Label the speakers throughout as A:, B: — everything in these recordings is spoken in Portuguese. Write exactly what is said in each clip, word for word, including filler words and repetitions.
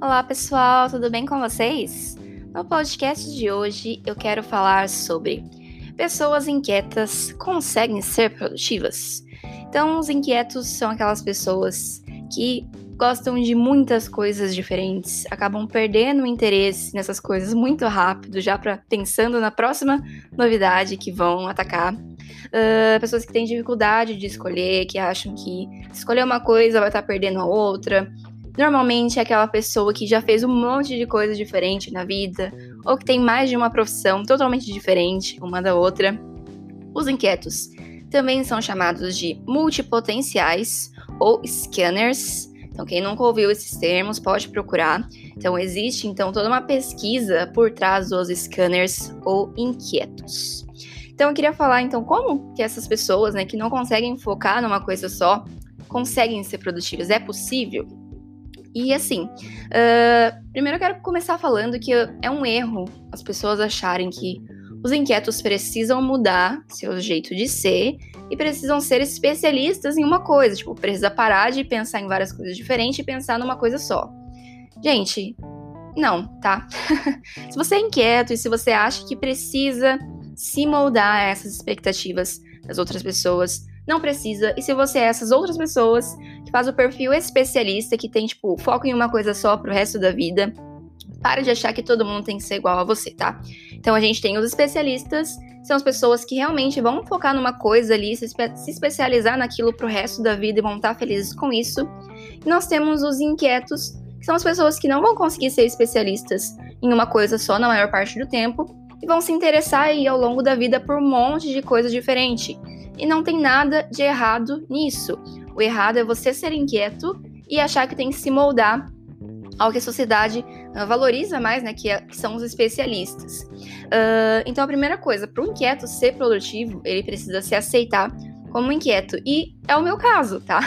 A: Olá pessoal, tudo bem com vocês? No podcast de hoje eu quero falar sobre pessoas inquietas conseguem ser produtivas? Então, os inquietos são aquelas pessoas que gostam de muitas coisas diferentes, acabam perdendo o interesse nessas coisas muito rápido, já pra, pensando na próxima novidade que vão atacar. Uh, pessoas que têm dificuldade de escolher, que acham que escolher uma coisa vai estar perdendo a outra. Normalmente é aquela pessoa que já fez um monte de coisa diferente na vida, ou que tem mais de uma profissão totalmente diferente uma da outra. Os inquietos também são chamados de multipotenciais ou scanners. Então, quem nunca ouviu esses termos pode procurar. Então, existe então toda uma pesquisa por trás dos scanners ou inquietos. Então, eu queria falar então como que essas pessoas, né, que não conseguem focar numa coisa só, conseguem ser produtivas. É possível? E assim, uh, primeiro eu quero começar falando que é um erro as pessoas acharem que os inquietos precisam mudar seu jeito de ser e precisam ser especialistas em uma coisa. Tipo, precisa parar de pensar em várias coisas diferentes e pensar numa coisa só. Gente, não, tá? Se você é inquieto e se você acha que precisa se moldar a essas expectativas das outras pessoas, não precisa. E se você é essas outras pessoas que faz o perfil especialista, que tem, tipo, foco em uma coisa só pro resto da vida, para de achar que todo mundo tem que ser igual a você, tá? Então a gente tem os especialistas, são as pessoas que realmente vão focar numa coisa ali, se, espe- se especializar naquilo pro resto da vida e vão estar felizes com isso. E nós temos os inquietos, que são as pessoas que não vão conseguir ser especialistas em uma coisa só na maior parte do tempo e vão se interessar aí ao longo da vida por um monte de coisa diferente. E não tem nada de errado nisso. O errado é você ser inquieto e achar que tem que se moldar ao que a sociedade uh, valoriza mais, né, que, é, que são os especialistas. Uh, então, a primeira coisa, para o inquieto ser produtivo, ele precisa se aceitar como inquieto. E é o meu caso, tá?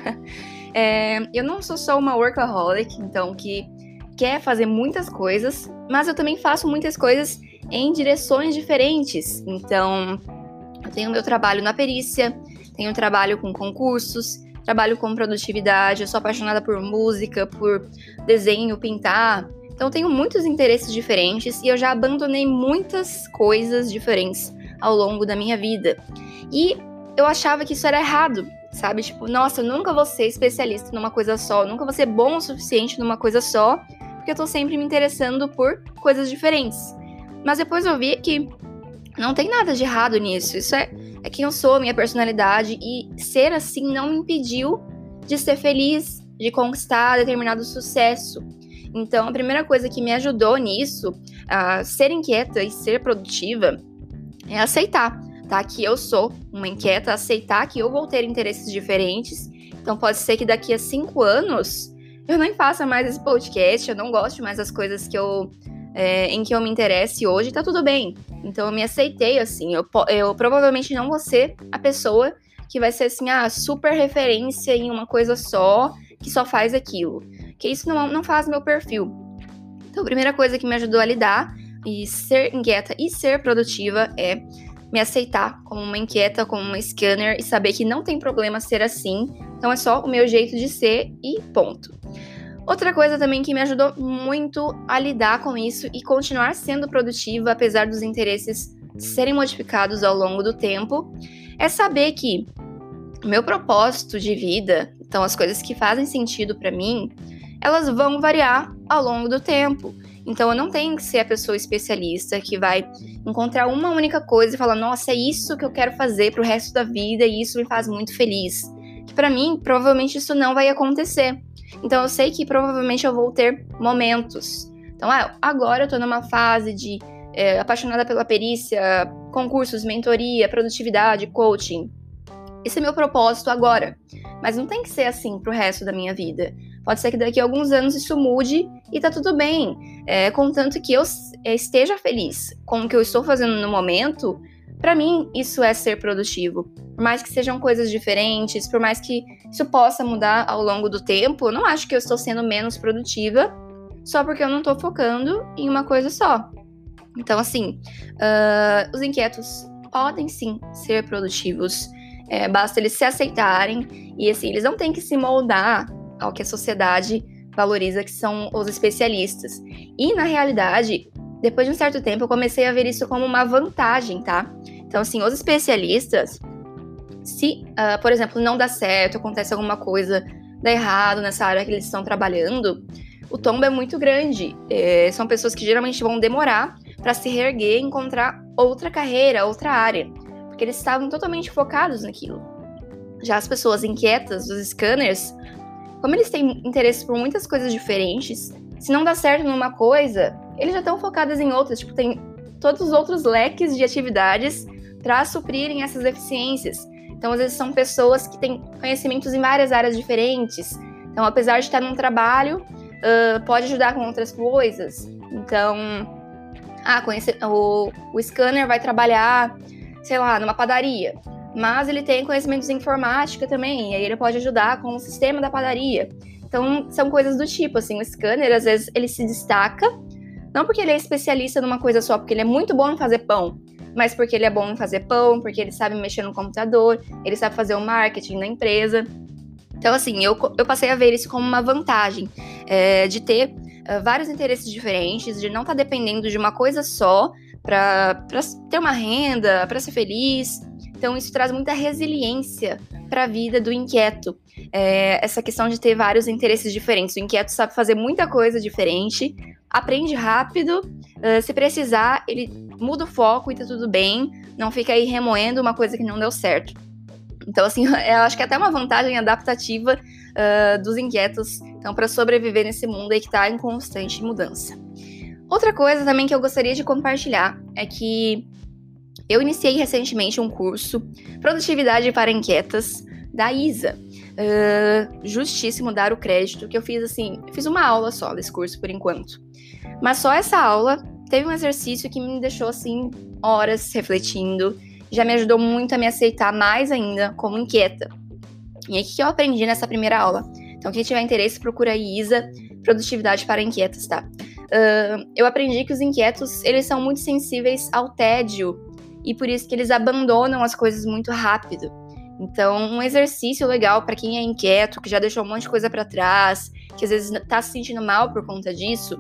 A: é, eu não sou só uma workaholic, então, que quer fazer muitas coisas, mas eu também faço muitas coisas em direções diferentes. Então, eu tenho meu trabalho na perícia, tenho trabalho com concursos, trabalho com produtividade, eu sou apaixonada por música, por desenho, pintar. Então eu tenho muitos interesses diferentes e eu já abandonei muitas coisas diferentes ao longo da minha vida. E eu achava que isso era errado, sabe? Tipo, nossa, eu nunca vou ser especialista numa coisa só, eu nunca vou ser bom o suficiente numa coisa só, porque eu tô sempre me interessando por coisas diferentes. Mas depois eu vi que não tem nada de errado nisso, isso é, é quem eu sou, minha personalidade, e ser assim não me impediu de ser feliz, de conquistar determinado sucesso. Então, a primeira coisa que me ajudou nisso, a ser inquieta e ser produtiva, é aceitar, tá? Que eu sou uma inquieta, aceitar que eu vou ter interesses diferentes. Então, pode ser que daqui a cinco anos eu nem faça mais esse podcast, eu não goste mais das coisas que eu... É, em que eu me interesse hoje, tá tudo bem. Então eu me aceitei, assim, eu, eu provavelmente não vou ser a pessoa que vai ser, assim, a super referência em uma coisa só, que só faz aquilo. Que isso não, não faz meu perfil. Então a primeira coisa que me ajudou a lidar e ser inquieta e ser produtiva é me aceitar como uma inquieta, como uma scanner e saber que não tem problema ser assim, então é só o meu jeito de ser e ponto. Outra coisa também que me ajudou muito a lidar com isso e continuar sendo produtiva, apesar dos interesses serem modificados ao longo do tempo, é saber que o meu propósito de vida, então as coisas que fazem sentido pra mim, elas vão variar ao longo do tempo. Então eu não tenho que ser a pessoa especialista que vai encontrar uma única coisa e falar, nossa, é isso que eu quero fazer pro resto da vida e isso me faz muito feliz. Que pra mim, provavelmente isso não vai acontecer. Então eu sei que provavelmente eu vou ter momentos. Então, ah, agora eu tô numa fase de é, apaixonada pela perícia, concursos, mentoria, produtividade, coaching. Esse é meu propósito agora. Mas não tem que ser assim pro resto da minha vida. Pode ser que daqui a alguns anos isso mude e tá tudo bem. É, contanto que eu esteja feliz com o que eu estou fazendo no momento, pra mim isso é ser produtivo. Por mais que sejam coisas diferentes, por mais que isso possa mudar ao longo do tempo, eu não acho que eu estou sendo menos produtiva só porque eu não estou focando em uma coisa só. Então, assim, uh, os inquietos podem sim ser produtivos, é, basta eles se aceitarem e, assim, eles não têm que se moldar ao que a sociedade valoriza, que são os especialistas. E, na realidade, depois de um certo tempo, eu comecei a ver isso como uma vantagem, tá? Então, assim, os especialistas, se, uh, por exemplo, não dá certo, acontece alguma coisa, dá errado nessa área que eles estão trabalhando, o tombo é muito grande. É, são pessoas que geralmente vão demorar para se reerguer e encontrar outra carreira, outra área, porque eles estavam totalmente focados naquilo. Já as pessoas inquietas, os scanners, como eles têm interesse por muitas coisas diferentes, se não dá certo numa coisa, eles já estão focados em outras, tipo, tem todos os outros leques de atividades para suprirem essas deficiências. Então, às vezes, são pessoas que têm conhecimentos em várias áreas diferentes. Então, apesar de estar num trabalho, uh, pode ajudar com outras coisas. Então, ah, conhece, o, o scanner vai trabalhar, sei lá, numa padaria, mas ele tem conhecimentos em informática também, e aí ele pode ajudar com o sistema da padaria. Então, são coisas do tipo, assim, o scanner, às vezes, ele se destaca, não porque ele é especialista numa coisa só, porque ele é muito bom em fazer pão, mas porque ele é bom em fazer pão, porque ele sabe mexer no computador, ele sabe fazer o marketing na empresa. Então, assim, eu, eu passei a ver isso como uma vantagem, é, de ter uh, vários interesses diferentes, de não estar tá dependendo de uma coisa só para ter uma renda, para ser feliz. Então, isso traz muita resiliência para a vida do inquieto. É, essa questão de ter vários interesses diferentes. O inquieto sabe fazer muita coisa diferente, aprende rápido, uh, se precisar, ele muda o foco e tá tudo bem, não fica aí remoendo uma coisa que não deu certo. Então, assim, eu acho que é até uma vantagem adaptativa uh, dos inquietos, então, para sobreviver nesse mundo aí que tá em constante mudança. Outra coisa também que eu gostaria de compartilhar é que eu iniciei recentemente um curso Produtividade para Inquietas, da Isa. Uh, justíssimo dar o crédito, que eu fiz assim, eu fiz uma aula só desse curso por enquanto. Mas só essa aula teve um exercício que me deixou assim, horas refletindo, já me ajudou muito a me aceitar mais ainda como inquieta. E aí, o que eu aprendi nessa primeira aula? Então, quem tiver interesse, procura aí Isa, Produtividade para Inquietas, tá? Uh, eu aprendi que os inquietos, eles são muito sensíveis ao tédio, e por isso que eles abandonam as coisas muito rápido. Então, um exercício legal para quem é inquieto, que já deixou um monte de coisa para trás, que às vezes tá se sentindo mal por conta disso,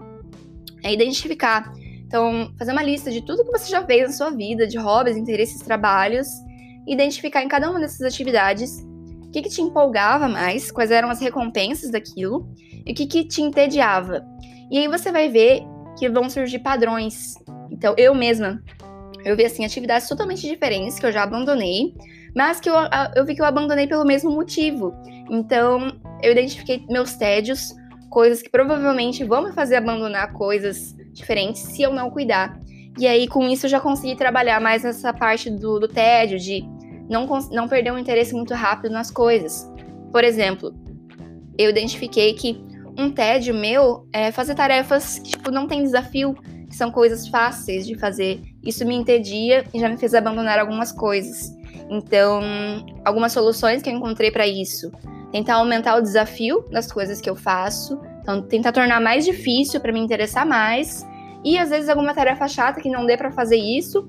A: é identificar. Então, fazer uma lista de tudo que você já fez na sua vida, de hobbies, interesses, trabalhos, e identificar em cada uma dessas atividades o que, que te empolgava mais, quais eram as recompensas daquilo, e o que, que te entediava. E aí você vai ver que vão surgir padrões. Então, eu mesma, eu vi assim, atividades totalmente diferentes que eu já abandonei, mas que eu, eu vi que eu abandonei pelo mesmo motivo. Então, eu identifiquei meus tédios, coisas que provavelmente vão me fazer abandonar coisas diferentes se eu não cuidar. E aí, com isso, eu já consegui trabalhar mais nessa parte do, do tédio, de não, não perder um interesse muito rápido nas coisas. Por exemplo, eu identifiquei que um tédio meu é fazer tarefas que tipo, não tem desafio, que são coisas fáceis de fazer. Isso me entedia e já me fez abandonar algumas coisas. Então, algumas soluções que eu encontrei para isso: tentar aumentar o desafio das coisas que eu faço, então tentar tornar mais difícil para me interessar mais, e às vezes alguma tarefa chata que não dê para fazer isso,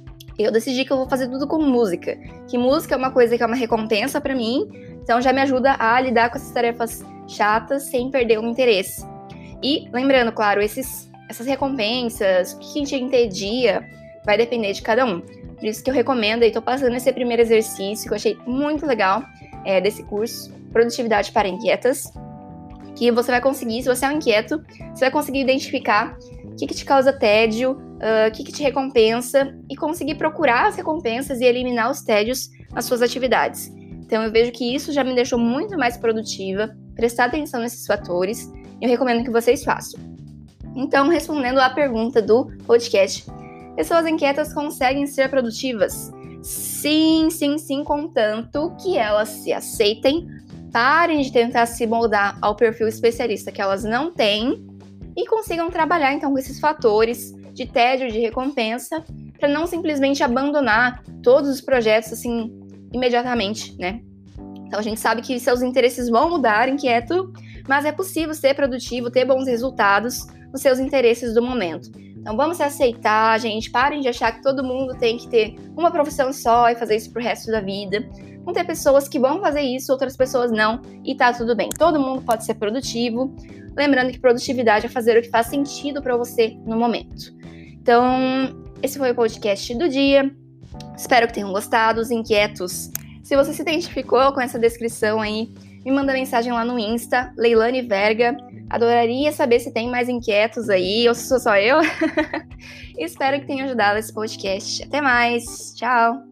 A: eu decidi que eu vou fazer tudo com música, que música é uma coisa que é uma recompensa para mim, então já me ajuda a lidar com essas tarefas chatas sem perder o interesse. E lembrando, claro, esses, essas recompensas, o que te entedia, vai depender de cada um. Por isso que eu recomendo, e tô passando esse primeiro exercício, que eu achei muito legal, é, desse curso, Produtividade para Inquietas, que você vai conseguir, se você é um inquieto, você vai conseguir identificar o que, que te causa tédio, uh, o que, que te recompensa, e conseguir procurar as recompensas e eliminar os tédios nas suas atividades. Então eu vejo que isso já me deixou muito mais produtiva, prestar atenção nesses fatores, e eu recomendo que vocês façam. Então, respondendo à pergunta do podcast, pessoas inquietas conseguem ser produtivas? Sim, sim, sim, contanto que elas se aceitem, parem de tentar se moldar ao perfil especialista que elas não têm e consigam trabalhar então com esses fatores de tédio, de recompensa, para não simplesmente abandonar todos os projetos assim imediatamente, né? Então a gente sabe que seus interesses vão mudar, inquieto, mas é possível ser produtivo, ter bons resultados nos seus interesses do momento. Então vamos se aceitar, gente. Parem de achar que todo mundo tem que ter uma profissão só e fazer isso pro resto da vida. Vão ter pessoas que vão fazer isso, outras pessoas não, e tá tudo bem. Todo mundo pode ser produtivo. Lembrando que produtividade é fazer o que faz sentido para você no momento. Então, esse foi o podcast do dia. Espero que tenham gostado. Os inquietos, se você se identificou com essa descrição aí, me manda mensagem lá no Insta, Leilane Verga. Adoraria saber se tem mais inquietos aí, ou se sou só eu. Espero que tenha ajudado esse podcast. Até mais. Tchau.